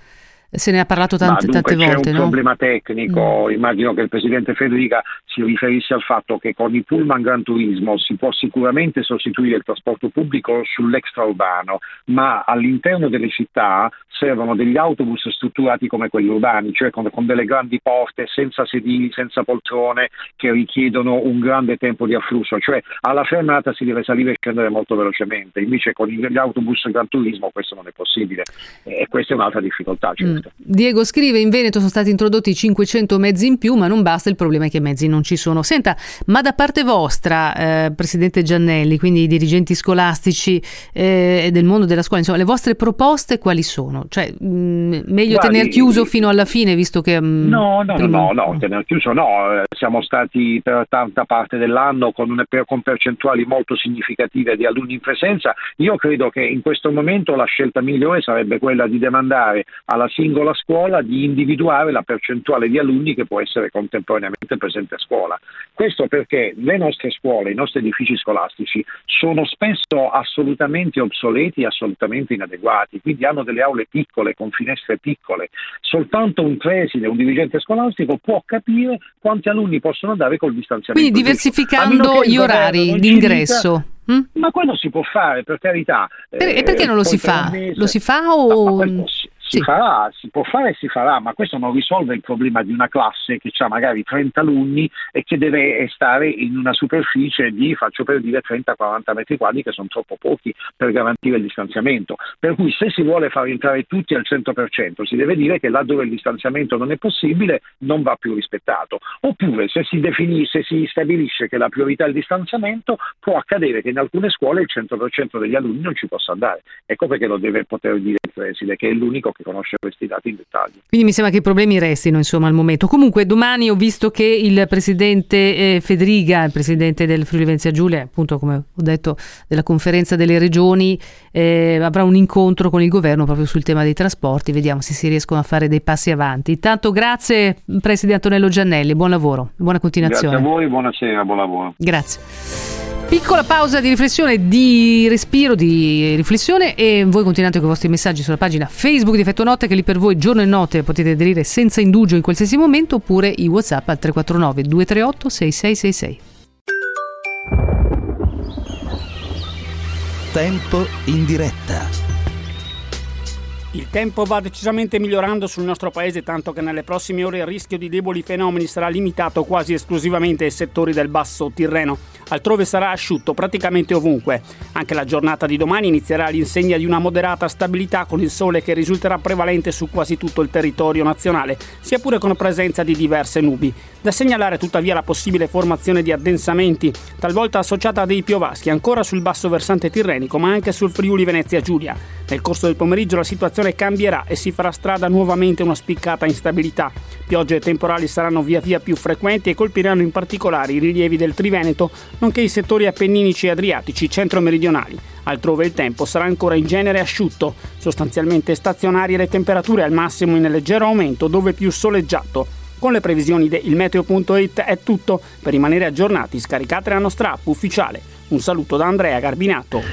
se ne ha parlato tante, Ma dunque, tante volte. C'è un no? problema tecnico, Mm. immagino che il Presidente Federica si riferisse al fatto che con i pullman Gran Turismo si può sicuramente sostituire il trasporto pubblico sull'extraurbano, ma all'interno delle città servono degli autobus strutturati come quelli urbani, cioè con, con delle grandi porte, senza sedili, senza poltrone, che richiedono un grande tempo di afflusso, cioè alla fermata si deve salire e scendere molto velocemente, invece con gli autobus Gran Turismo questo non è possibile e questa è un'altra difficoltà, certo. Mm. Diego scrive: in Veneto sono stati introdotti cinquecento mezzi in più, ma non basta, il problema è che mezzi non ci sono. Senta, ma da parte vostra, eh, Presidente Giannelli, quindi i dirigenti scolastici e eh, del mondo della scuola, insomma, le vostre proposte quali sono? Cioè, mh, meglio Guardi, tener chiuso fino alla fine, visto che... Mh, no, no, prima... no, no, tener chiuso no, siamo stati per tanta parte dell'anno con, una, con percentuali molto significative di alunni in presenza. Io credo che in questo momento la scelta migliore sarebbe quella di demandare alla singola scuola di individuare la percentuale di alunni che può essere contemporaneamente presente a scuola. Questo perché le nostre scuole, i nostri edifici scolastici sono spesso assolutamente obsoleti e assolutamente inadeguati, quindi hanno delle aule piccole, con finestre piccole. Soltanto un preside, un dirigente scolastico può capire quanti alunni possono dare col distanziamento. Quindi diversificando gli orari di ingresso. Dica, mm? Ma quello si può fare, per carità. Per, e perché non lo si fa? Lo si fa o... No, Si sì. farà, si può fare e si farà, ma questo non risolve il problema di una classe che ha magari trenta alunni e che deve stare in una superficie di, faccio per dire, trenta quaranta metri quadri, che sono troppo pochi per garantire il distanziamento. Per cui se si vuole far entrare tutti al cento per cento si deve dire che là dove il distanziamento non è possibile non va più rispettato. Oppure se si definisce, si stabilisce che la priorità è il distanziamento, può accadere che in alcune scuole il cento per cento degli alunni non ci possa andare. Ecco perché lo deve poter dire il preside, che è l'unico che conosce questi dati in dettaglio. Quindi mi sembra che i problemi restino, insomma, al momento. Comunque domani ho visto che il presidente eh, Federica, il presidente del Friuli Venezia Giulia, appunto come ho detto della conferenza delle regioni, eh, avrà un incontro con il governo proprio sul tema dei trasporti. Vediamo se si riescono a fare dei passi avanti. Intanto grazie Presidente Antonello Giannelli, buon lavoro, buona continuazione. Grazie a voi, buonasera, buon lavoro. Grazie. Piccola pausa di riflessione, di respiro, di riflessione, e voi continuate con i vostri messaggi sulla pagina Facebook di Effetto Notte, che lì per voi giorno e notte potete aderire senza indugio in qualsiasi momento, oppure i WhatsApp al tre quattro nove due tre otto sei sei sei sei. Tempo in diretta. Il tempo va decisamente migliorando sul nostro paese, tanto che nelle prossime ore il rischio di deboli fenomeni sarà limitato quasi esclusivamente ai settori del basso Tirreno. Altrove sarà asciutto praticamente ovunque. Anche la giornata di domani inizierà all'insegna di una moderata stabilità, con il sole che risulterà prevalente su quasi tutto il territorio nazionale, sia pure con presenza di diverse nubi. Da segnalare tuttavia la possibile formazione di addensamenti, talvolta associata a dei piovaschi, ancora sul basso versante tirrenico, ma anche sul Friuli Venezia Giulia. Nel corso del pomeriggio la situazione cambierà e si farà strada nuovamente una spiccata instabilità. Piogge e temporali saranno via via più frequenti e colpiranno in particolare i rilievi del Triveneto, nonché i settori appenninici e adriatici centro-meridionali. Altrove il tempo sarà ancora in genere asciutto, sostanzialmente stazionarie le temperature al massimo in leggero aumento, dove più soleggiato. Con le previsioni di ilmeteo punto it è tutto. Per rimanere aggiornati scaricate la nostra app ufficiale. Un saluto da Andrea Garbinato.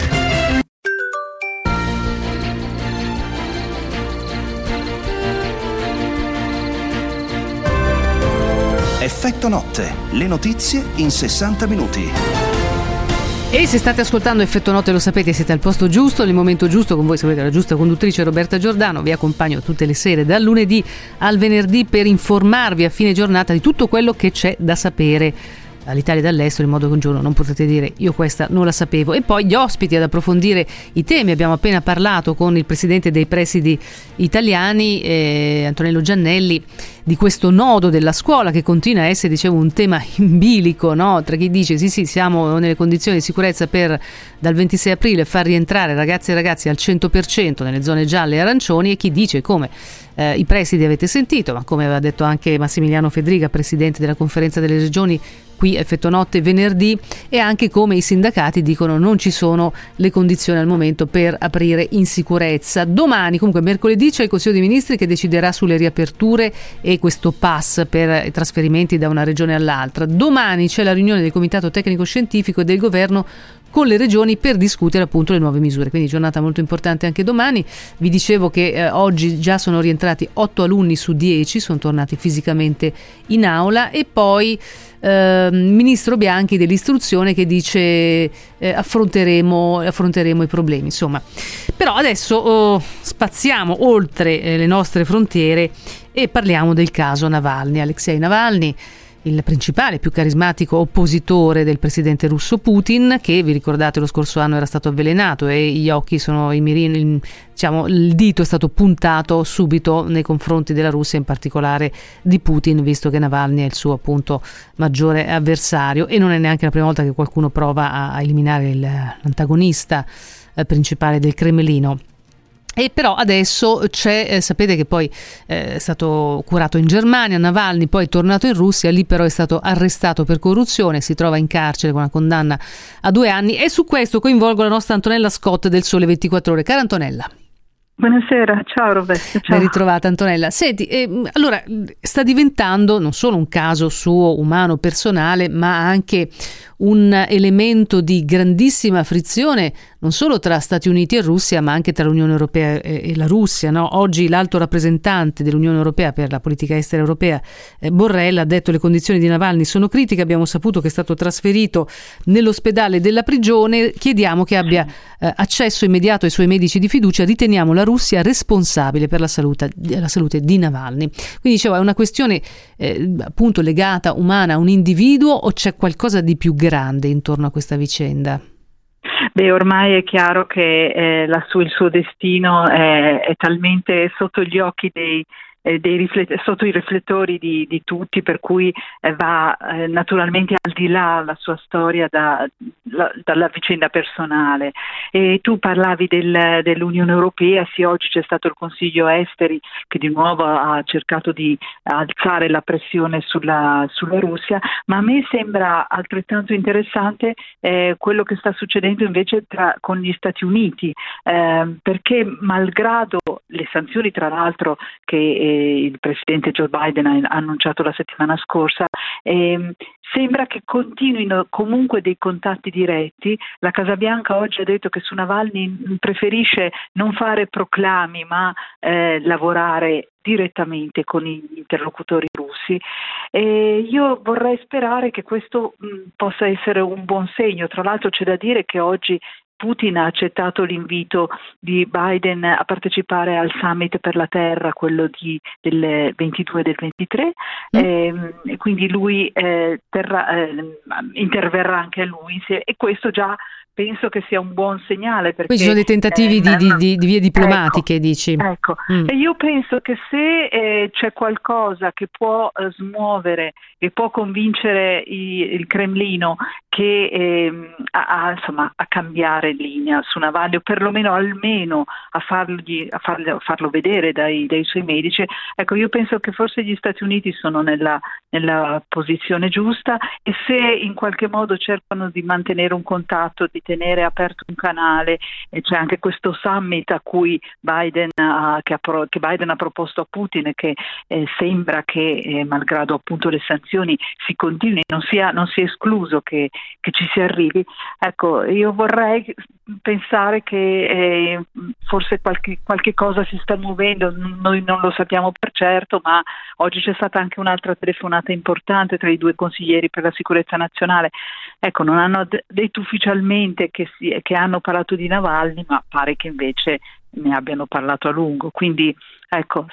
Effetto Notte, le notizie in sessanta minuti. E se state ascoltando Effetto Notte lo sapete, siete al posto giusto, nel momento giusto, con voi sapete la giusta conduttrice Roberta Giordano. Vi accompagno tutte le sere dal lunedì al venerdì per informarvi a fine giornata di tutto quello che c'è da sapere all'Italia e dall'estero, in modo che un giorno non potete dire io questa non la sapevo. E poi gli ospiti ad approfondire i temi. Abbiamo appena parlato con il presidente dei presidi italiani, eh, Antonello Giannelli, di questo nodo della scuola che continua a essere, dicevo, un tema in bilico, no? Tra chi dice sì sì siamo nelle condizioni di sicurezza per dal ventisei aprile far rientrare ragazzi e ragazzi al cento per cento nelle zone gialle e arancioni, e chi dice come eh, i presidi avete sentito, ma come aveva detto anche Massimiliano Federica, presidente della conferenza delle regioni, qui Effetto Notte venerdì, e anche come i sindacati dicono non ci sono le condizioni al momento per aprire in sicurezza. Domani, comunque mercoledì, c'è il Consiglio dei Ministri che deciderà sulle riaperture e questo pass per i trasferimenti da una regione all'altra. Domani c'è la riunione del Comitato Tecnico Scientifico e del Governo con le regioni per discutere appunto le nuove misure. Quindi giornata molto importante anche domani. Vi dicevo che eh, oggi già sono rientrati otto alunni su dieci, sono tornati fisicamente in aula, e poi eh, ministro Bianchi dell'istruzione che dice eh, affronteremo, affronteremo i problemi. Insomma, però adesso oh, spaziamo oltre eh, le nostre frontiere e parliamo del caso Navalny. Alexei Navalny, il principale, più carismatico oppositore del presidente russo Putin, che vi ricordate lo scorso anno era stato avvelenato e gli occhi sono i mirini, il, diciamo il dito è stato puntato subito nei confronti della Russia, in particolare di Putin, visto che Navalny è il suo appunto maggiore avversario, e non è neanche la prima volta che qualcuno prova a, a eliminare il, l'antagonista eh, principale del Cremlino. E però adesso c'è, eh, sapete che poi eh, è stato curato in Germania, Navalny poi è tornato in Russia, lì però è stato arrestato per corruzione, si trova in carcere con una condanna a due anni, e su questo coinvolgo la nostra Antonella Scott del Sole ventiquattro Ore. Cara Antonella. Buonasera, ciao Roberto. Ciao. Ben ritrovata Antonella. Senti, eh, allora sta diventando non solo un caso suo umano personale, ma anche un elemento di grandissima frizione non solo tra Stati Uniti e Russia, ma anche tra l'Unione Europea e, e la Russia, no? Oggi l'alto rappresentante dell'Unione Europea per la politica estera europea, eh, Borrell, ha detto le condizioni di Navalny sono critiche, abbiamo saputo che è stato trasferito nell'ospedale della prigione, chiediamo che abbia eh, accesso immediato ai suoi medici di fiducia, riteniamo la Russia responsabile per la salute, la salute di Navalny. Quindi dicevo, è una questione eh, appunto legata, umana, a un individuo, o c'è qualcosa di più grande intorno a questa vicenda? Beh, ormai è chiaro che eh, la su, il suo destino è, è talmente sotto gli occhi dei Dei riflet- sotto i riflettori di, di tutti, per cui eh, va eh, naturalmente al di là la sua storia da, la, dalla vicenda personale. E tu parlavi del, dell'Unione Europea, sì, oggi c'è stato il Consiglio Esteri che di nuovo ha cercato di alzare la pressione sulla, sulla Russia, ma a me sembra altrettanto interessante eh, quello che sta succedendo invece tra, con gli Stati Uniti, eh, perché malgrado le sanzioni, tra l'altro, che eh, il presidente Joe Biden ha annunciato la settimana scorsa, eh, sembra che continuino comunque dei contatti diretti. La Casa Bianca oggi ha detto che su Navalny preferisce non fare proclami, ma eh, lavorare direttamente con gli interlocutori russi. E io vorrei sperare che questo mh, possa essere un buon segno. Tra l'altro c'è da dire che oggi Putin ha accettato l'invito di Biden a partecipare al summit per la terra, quello di, del ventidue e del ventitré, mm. e, e quindi lui eh, terra, eh, interverrà anche lui, e questo già penso che sia un buon segnale. Perché poi ci sono dei tentativi eh, di, di, di vie diplomatiche, ecco, dici. Ecco, mm. e io penso che se eh, c'è qualcosa che può eh, smuovere e può convincere i, il Cremlino che eh, a, a, insomma, a cambiare linea su Navalny, o perlomeno almeno a, fargli, a farlo, farlo vedere dai, dai suoi medici, ecco, io penso che forse gli Stati Uniti sono nella, nella posizione giusta, e se in qualche modo cercano di mantenere un contatto, di tenere aperto un canale, e c'è anche questo summit a cui Biden ha, che, ha, che Biden ha proposto a Putin, e che eh, sembra che eh, malgrado appunto le sanzioni si continui, non sia, non sia escluso che, che ci si arrivi. Ecco, io vorrei pensare che eh, forse qualche, qualche cosa si sta muovendo, noi non lo sappiamo per certo, ma oggi c'è stata anche un'altra telefonata importante tra i due consiglieri per la sicurezza nazionale. Ecco, non hanno detto ufficialmente che, si, che hanno parlato di Navalny, ma pare che invece ne abbiano parlato a lungo. Quindi ecco,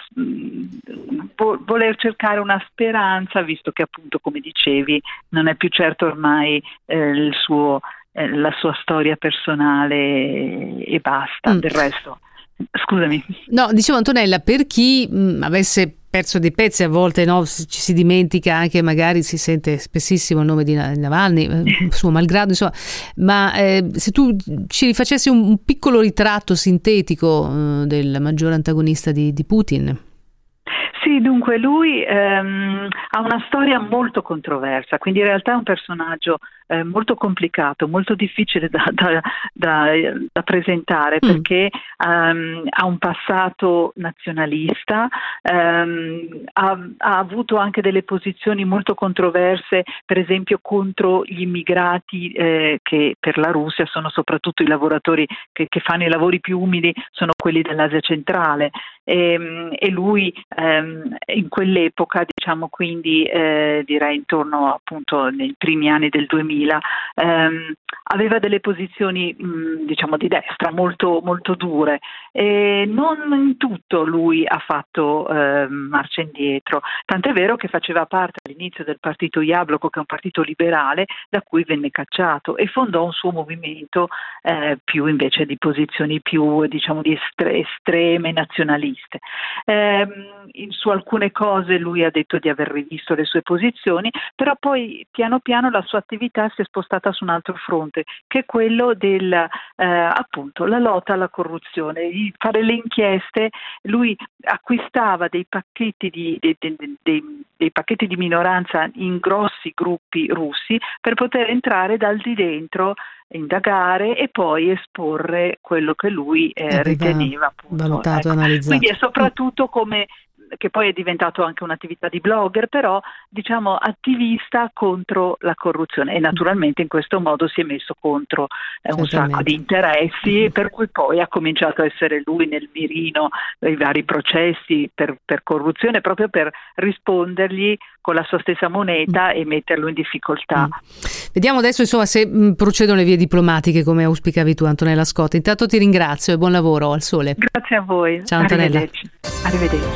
vo- voler cercare una speranza, visto che appunto, come dicevi, non è più certo ormai eh, il suo, eh, la sua storia personale e basta. Mm. Del resto, scusami. No, dicevo Antonella, per chi mh, avesse perso dei pezzi, a volte no, ci si dimentica, anche magari si sente spessissimo il nome di Navalny, eh, suo malgrado, insomma, ma eh, se tu ci rifacessi un, un piccolo ritratto sintetico eh, del maggiore antagonista di, di Putin. Sì, dunque lui ehm, ehm, ha una storia molto controversa, quindi in realtà è un personaggio eh, molto complicato, molto difficile da, da, da, da presentare, mm. perché ehm, ha un passato nazionalista, ehm, ha, ha avuto anche delle posizioni molto controverse, per esempio contro gli immigrati eh, che per la Russia sono soprattutto i lavoratori che, che fanno i lavori più umili, sono quelli dell'Asia centrale. E, e lui ehm, in quell'epoca, diciamo quindi eh, direi intorno appunto nei primi anni del duemila, ehm, aveva delle posizioni mh, diciamo di destra molto, molto dure, e non in tutto lui ha fatto eh, marcia indietro, tant'è vero che faceva parte all'inizio del partito Jabloko, che è un partito liberale da cui venne cacciato, e fondò un suo movimento eh, più invece di posizioni più diciamo di estre- estreme nazionaliste. Eh, su alcune cose lui ha detto di aver rivisto le sue posizioni, però poi piano piano la sua attività si è spostata su un altro fronte, che è quello del eh, appunto la lotta alla corruzione, di fare le inchieste. Lui acquistava dei pacchetti di dei, dei, dei, dei pacchetti di minoranza in grossi gruppi russi per poter entrare dal di dentro, indagare e poi esporre quello che lui eh, riteneva appunto, valutato, ecco. analizzato. Quindi è soprattutto come, che poi è diventato anche un'attività di blogger, però diciamo attivista contro la corruzione, e naturalmente in questo modo si è messo contro eh, un sacco di interessi, per cui poi ha cominciato a essere lui nel mirino dei vari processi per, per corruzione, proprio per rispondergli con la sua stessa moneta e metterlo in difficoltà. Mm. Vediamo adesso insomma se mh, procedono le vie diplomatiche come auspicavi tu, Antonella Scotti. Intanto ti ringrazio e buon lavoro al Sole. Grazie a voi. Ciao Antonella. Arrivederci. Arrivederci.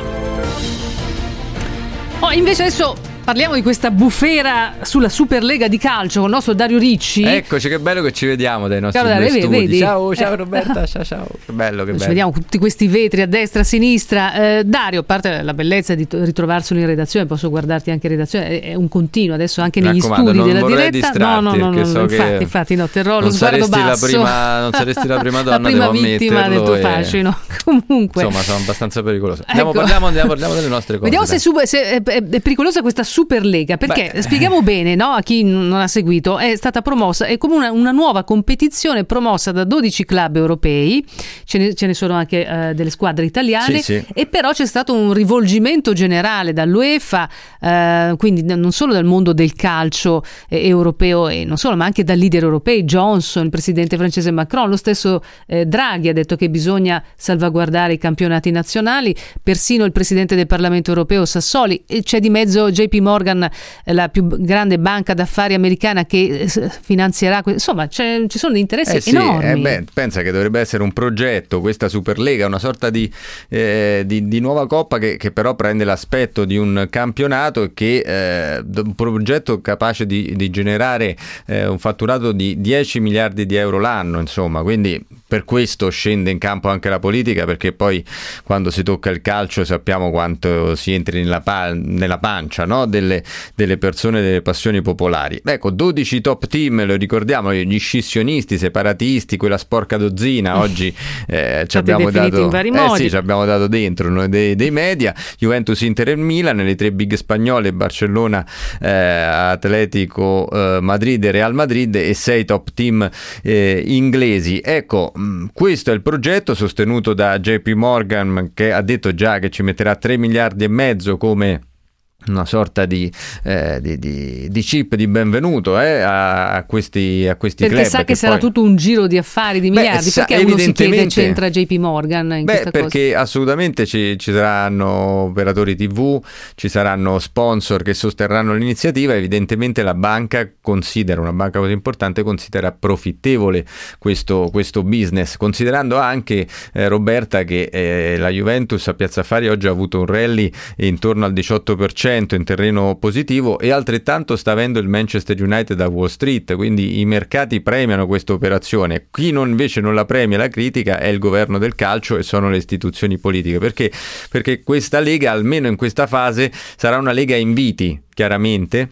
Oh, invece adesso parliamo di questa bufera sulla Superlega di calcio con il nostro Dario Ricci. Eccoci, che bello che ci vediamo dai nostri Ciao, due Dario, studi. vedi? Ciao, ciao Roberta, ciao ciao. Che bello, che Ci bello. vediamo tutti questi vetri a destra, a sinistra. Eh, Dario, a parte la bellezza di to- ritrovarselo in redazione, posso guardarti anche in redazione, è, è un continuo adesso anche negli studi non della vorrei diretta. No, no, no, no, so no che infatti, infatti, no, terrò lo non sguardo saresti basso. La prima, non saresti la prima donna, la prima devo vittima del tuo e... fascino. Comunque, insomma, sono abbastanza pericoloso. Andiamo, Ecco. parliamo, andiamo, parliamo delle nostre cose. Vediamo se, su- se è, è- è pericolosa questa Superlega, perché Beh. spieghiamo bene, no, a chi non ha seguito. È stata promossa, è come una, una nuova competizione promossa da dodici club europei, ce ne, ce ne sono anche eh, delle squadre italiane, Sì, sì. e però c'è stato un rivolgimento generale dall'UEFA, eh, quindi non solo dal mondo del calcio eh, europeo e non solo, ma anche da leader europei, Johnson, il presidente francese Macron, lo stesso eh, Draghi ha detto che bisogna salvaguardare i campionati nazionali, persino il presidente del Parlamento europeo Sassoli, e c'è di mezzo J P Morgan, la più grande banca d'affari americana che eh, finanzierà, insomma c'è, ci sono dei interessi Eh sì, enormi. eh beh, pensa che dovrebbe essere un progetto, questa Superlega, una sorta di, eh, di, di nuova coppa che, che però prende l'aspetto di un campionato e che eh, un progetto capace di, di generare eh, un fatturato di dieci miliardi di euro l'anno, insomma, quindi per questo scende in campo anche la politica, perché poi quando si tocca il calcio sappiamo quanto si entri nella, pa- nella pancia, no? delle, delle persone, delle passioni popolari. Ecco, dodici top team, lo ricordiamo, gli scissionisti, separatisti, quella sporca dozzina, oggi eh, ci abbiamo dato in vari eh, modi. sì, ci abbiamo dato dentro noi dei, dei media, Juventus, Inter e Milan, le tre big spagnole, Barcellona, eh, Atletico eh, Madrid e Real Madrid, e sei top team eh, inglesi. Ecco, mh, questo è il progetto sostenuto da J P Morgan, che ha detto già che ci metterà tre miliardi e mezzo come una sorta di, eh, di, di, di chip di benvenuto eh, a, a questi, a questi perché club. sa che, che sarà poi... tutto un giro di affari di Beh, miliardi, sa, perché uno si chiede evidentemente... c'entra J P Morgan in Beh, questa perché cosa? assolutamente ci, ci saranno operatori tivù, ci saranno sponsor che sosterranno l'iniziativa. Evidentemente la banca considera, una banca così importante considera profittevole questo, questo business, considerando anche eh, Roberta che eh, la Juventus a Piazza Affari oggi ha avuto un rally intorno al diciotto per cento in terreno positivo, e altrettanto sta avendo il Manchester United a Wall Street, quindi i mercati premiano questa operazione. Chi non, invece non la premia, la critica, è il governo del calcio e sono le istituzioni politiche, perché perché questa lega, almeno in questa fase, sarà una lega a inviti, chiaramente,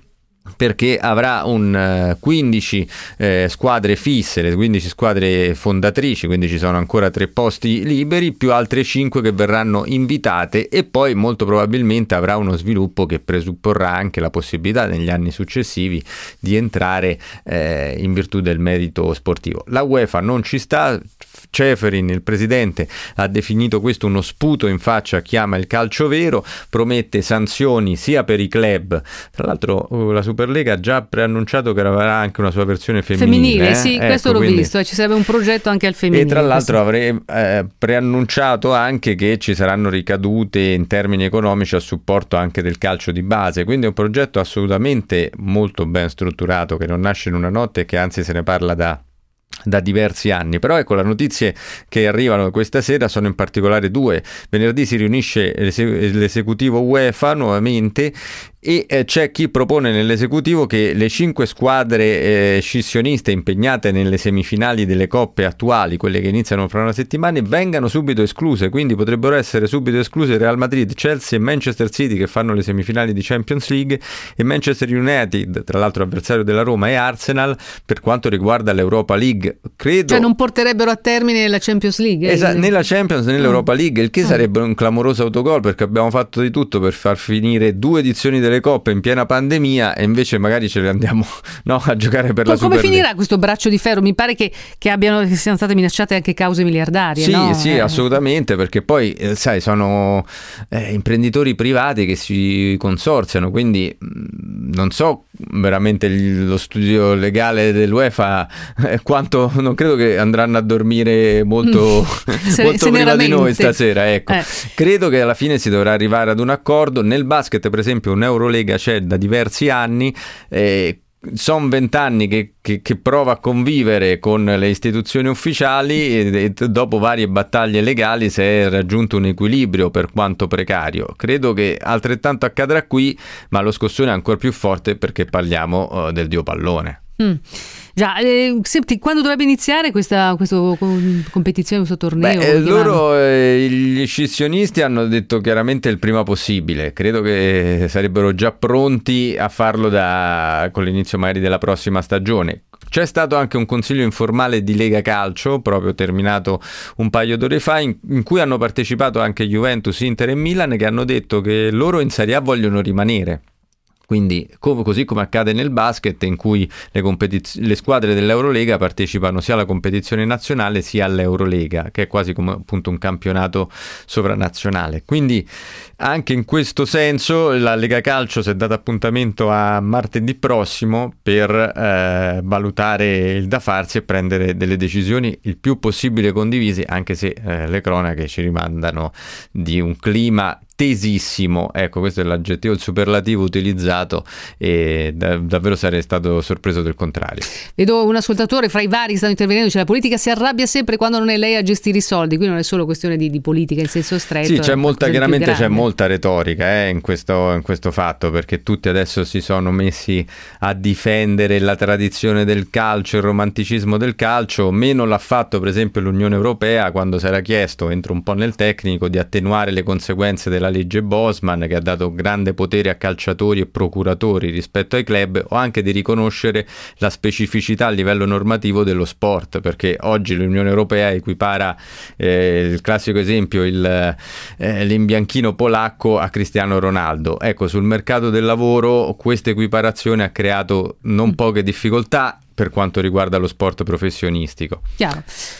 perché avrà un uh, quindici eh, squadre fisse, le quindici squadre fondatrici, quindi ci sono ancora tre posti liberi, più altre cinque che verranno invitate, e poi molto probabilmente avrà uno sviluppo che presupporrà anche la possibilità negli anni successivi di entrare eh, in virtù del merito sportivo. La UEFA non ci sta. Ceferin, il presidente, ha definito questo uno sputo in faccia a chi ama il calcio vero, promette sanzioni sia per i club. Tra l'altro la Superlega ha già preannunciato che avrà anche una sua versione femminile. Femminile, eh? sì, ecco, questo l'ho quindi... visto, ci sarebbe un progetto anche al femminile. E tra l'altro avrei eh, preannunciato anche che ci saranno ricadute in termini economici a supporto anche del calcio di base, quindi è un progetto assolutamente molto ben strutturato, che non nasce in una notte e che anzi se ne parla da da diversi anni. Però ecco, le notizie che arrivano questa sera sono in particolare due. Venerdì si riunisce l'esecutivo UEFA nuovamente e eh, c'è chi propone nell'esecutivo che le cinque squadre eh, scissioniste impegnate nelle semifinali delle coppe attuali, quelle che iniziano fra una settimana, vengano subito escluse. Quindi potrebbero essere subito escluse Real Madrid, Chelsea e Manchester City, che fanno le semifinali di Champions League, e Manchester United, tra l'altro avversario della Roma, e Arsenal per quanto riguarda l'Europa League. Credo... Cioè non porterebbero a termine la Champions League? Esa- eh? Nella Champions e nell'Europa League, il che mm. sarebbe un clamoroso autogol, perché abbiamo fatto di tutto per far finire due edizioni delle coppe in piena pandemia e invece magari ce le andiamo no, a giocare per Co- la Super Come League. finirà questo braccio di ferro? Mi pare che, che, abbiano, che siano state minacciate anche cause miliardarie. Sì, no? sì, eh. assolutamente, perché poi eh, sai, sono eh, imprenditori privati che si consorziano, quindi mh, non so veramente il, lo studio legale dell'UEFA eh, quanto, non credo che andranno a dormire molto, se, molto prima di noi stasera, ecco. Eh. Credo che alla fine si dovrà arrivare ad un accordo. Nel basket, per esempio, un'Eurolega c'è da diversi anni, eh, sono vent'anni che, che, che prova a convivere con le istituzioni ufficiali e, e dopo varie battaglie legali si è raggiunto un equilibrio, per quanto precario. Credo che altrettanto accadrà qui, ma lo scossone è ancora più forte perché parliamo uh, del dio pallone. Mm. Già, eh, senti, quando dovrebbe iniziare questa, questa competizione, questo torneo? Beh, loro, eh, gli scissionisti hanno detto chiaramente il prima possibile. Credo che sarebbero già pronti a farlo da, con l'inizio magari della prossima stagione. C'è stato anche un consiglio informale di Lega Calcio, proprio terminato un paio d'ore fa, in, in cui hanno partecipato anche Juventus, Inter e Milan, che hanno detto che loro in Serie A vogliono rimanere. Quindi co- così come accade nel basket, in cui le, competiz- le squadre dell'Eurolega partecipano sia alla competizione nazionale sia all'Eurolega, che è quasi come appunto un campionato sovranazionale. Quindi anche in questo senso la Lega Calcio si è data appuntamento a martedì prossimo per eh, valutare il da farsi e prendere delle decisioni il più possibile condivise, anche se eh, le cronache ci rimandano di un clima tesissimo. Ecco, questo è l'aggettivo, il superlativo utilizzato, e da, davvero sarei stato sorpreso del contrario. Vedo un ascoltatore fra i vari che stanno intervenendo, dice: la politica si arrabbia sempre quando non è lei a gestire i soldi. Qui non è solo questione di, di politica in senso stretto. Sì, c'è molta, chiaramente c'è molta retorica eh, in, questo, in questo fatto, perché tutti adesso si sono messi a difendere la tradizione del calcio, il romanticismo del calcio. Meno l'ha fatto per esempio l'Unione Europea, quando si era chiesto, entro un po' nel tecnico, di attenuare le conseguenze della la legge Bosman, che ha dato grande potere a calciatori e procuratori rispetto ai club, o anche di riconoscere la specificità a livello normativo dello sport, perché oggi l'Unione Europea equipara eh, il classico esempio, il, eh, l'imbianchino polacco a Cristiano Ronaldo. Ecco, sul mercato del lavoro questa equiparazione ha creato non poche difficoltà per quanto riguarda lo sport professionistico. Chiaro.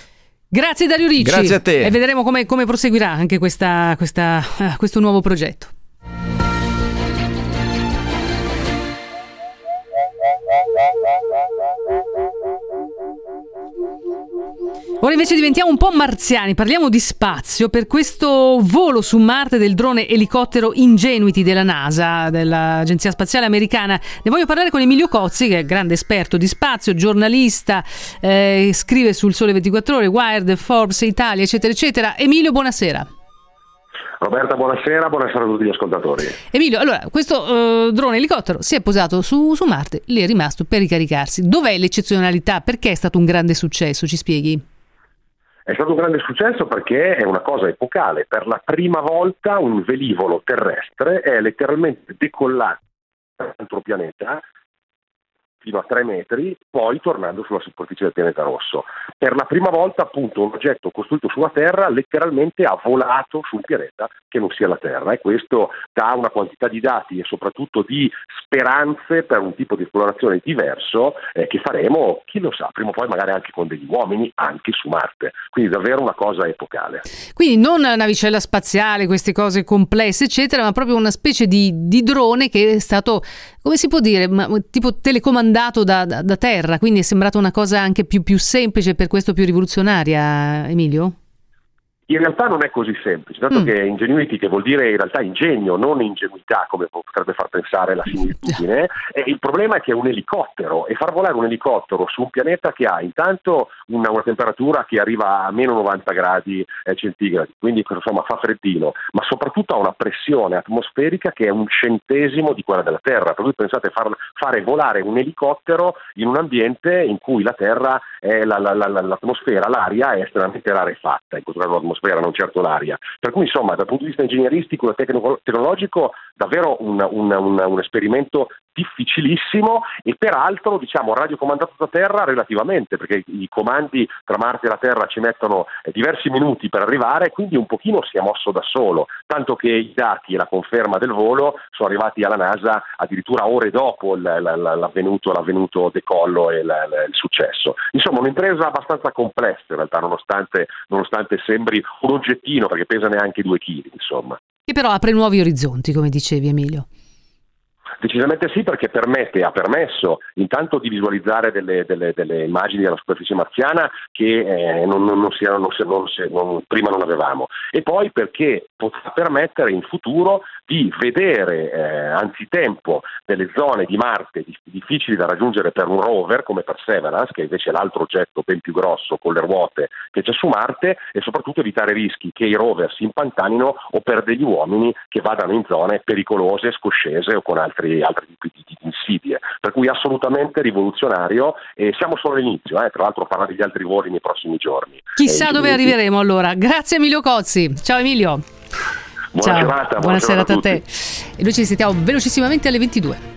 Grazie Dario Ricci. Grazie a te. E vedremo come, come proseguirà anche questa, questa, uh, questo nuovo progetto. Ora invece diventiamo un po' marziani, parliamo di spazio per questo volo su Marte del drone elicottero Ingenuity della NASA, dell'Agenzia Spaziale Americana. Ne voglio parlare con Emilio Cozzi, che è grande esperto di spazio, giornalista, eh, scrive sul Sole ventiquattro Ore, Wired, Forbes, Italia, eccetera, eccetera. Emilio, buonasera. Roberta, buonasera, buonasera a tutti gli ascoltatori. Emilio, allora, questo uh, drone elicottero si è posato su, su Marte, lì è rimasto per ricaricarsi. Dov'è l'eccezionalità? Perché è stato un grande successo? Ci spieghi? È stato un grande successo perché è una cosa epocale. Per la prima volta un velivolo terrestre è letteralmente decollato da un altro pianeta fino a tre metri, poi tornando sulla superficie del pianeta rosso. Per la prima volta appunto un oggetto costruito sulla Terra letteralmente ha volato su un pianeta che non sia la Terra, e questo dà una quantità di dati e soprattutto di speranze per un tipo di esplorazione diverso eh, che faremo, chi lo sa, prima o poi magari anche con degli uomini anche su Marte, quindi davvero una cosa epocale. Quindi non navicella spaziale, queste cose complesse eccetera, ma proprio una specie di, di drone che è stato, come si può dire, ma, tipo telecomandato da, da, da terra, quindi è sembrata una cosa anche più, più semplice, per questo più rivoluzionaria, Emilio? In realtà non è così semplice, dato mm. che ingenuity, che vuol dire in realtà ingegno, non ingenuità come potrebbe far pensare la similitudine, e il problema è che è un elicottero, e far volare un elicottero su un pianeta che ha intanto una, una temperatura che arriva a meno novanta gradi eh, centigradi, quindi insomma fa freddino, ma soprattutto ha una pressione atmosferica che è un centesimo di quella della Terra, per cui pensate far, fare volare un elicottero in un ambiente in cui la Terra, è la, la, la, l'atmosfera, l'aria è estremamente rarefatta, in contrario all'atmosfera, non certo l'aria. Per cui insomma dal punto di vista ingegneristico e tecno- tecnologico davvero un, un, un, un esperimento difficilissimo, e peraltro diciamo radiocomandato da terra relativamente, perché i comandi tra Marte e la Terra ci mettono eh, diversi minuti per arrivare, quindi un pochino si è mosso da solo, tanto che i dati e la conferma del volo sono arrivati alla NASA addirittura ore dopo l- l- l'avvenuto, l'avvenuto decollo e l- l- il successo. Insomma un'impresa abbastanza complessa in realtà, nonostante, nonostante sembri un oggettino, perché pesa neanche due chili insomma. Che però apre nuovi orizzonti, come dicevi Emilio. Decisamente sì, perché permette, ha permesso intanto di visualizzare delle, delle, delle immagini della superficie marziana che eh, non, non, non, si, non, si, non, si, non prima non avevamo, e poi perché potrà permettere in futuro di vedere eh, anzitempo delle zone di Marte di, difficili da raggiungere per un rover come Perseverance, che invece è l'altro oggetto ben più grosso con le ruote che c'è su Marte, e soprattutto evitare rischi che i rover si impantanino o per degli uomini che vadano in zone pericolose, scoscese o con altri, altri tipi di, di insidie. Per cui assolutamente rivoluzionario, e siamo solo all'inizio, eh. Tra l'altro parla degli altri voli nei prossimi giorni. Chissà eh, dove quindi... arriveremo allora. Grazie Emilio Cozzi. Ciao Emilio. Buona Ciao. serata, Buona, buona serata serata a te. E noi ci sentiamo velocissimamente alle ventidue.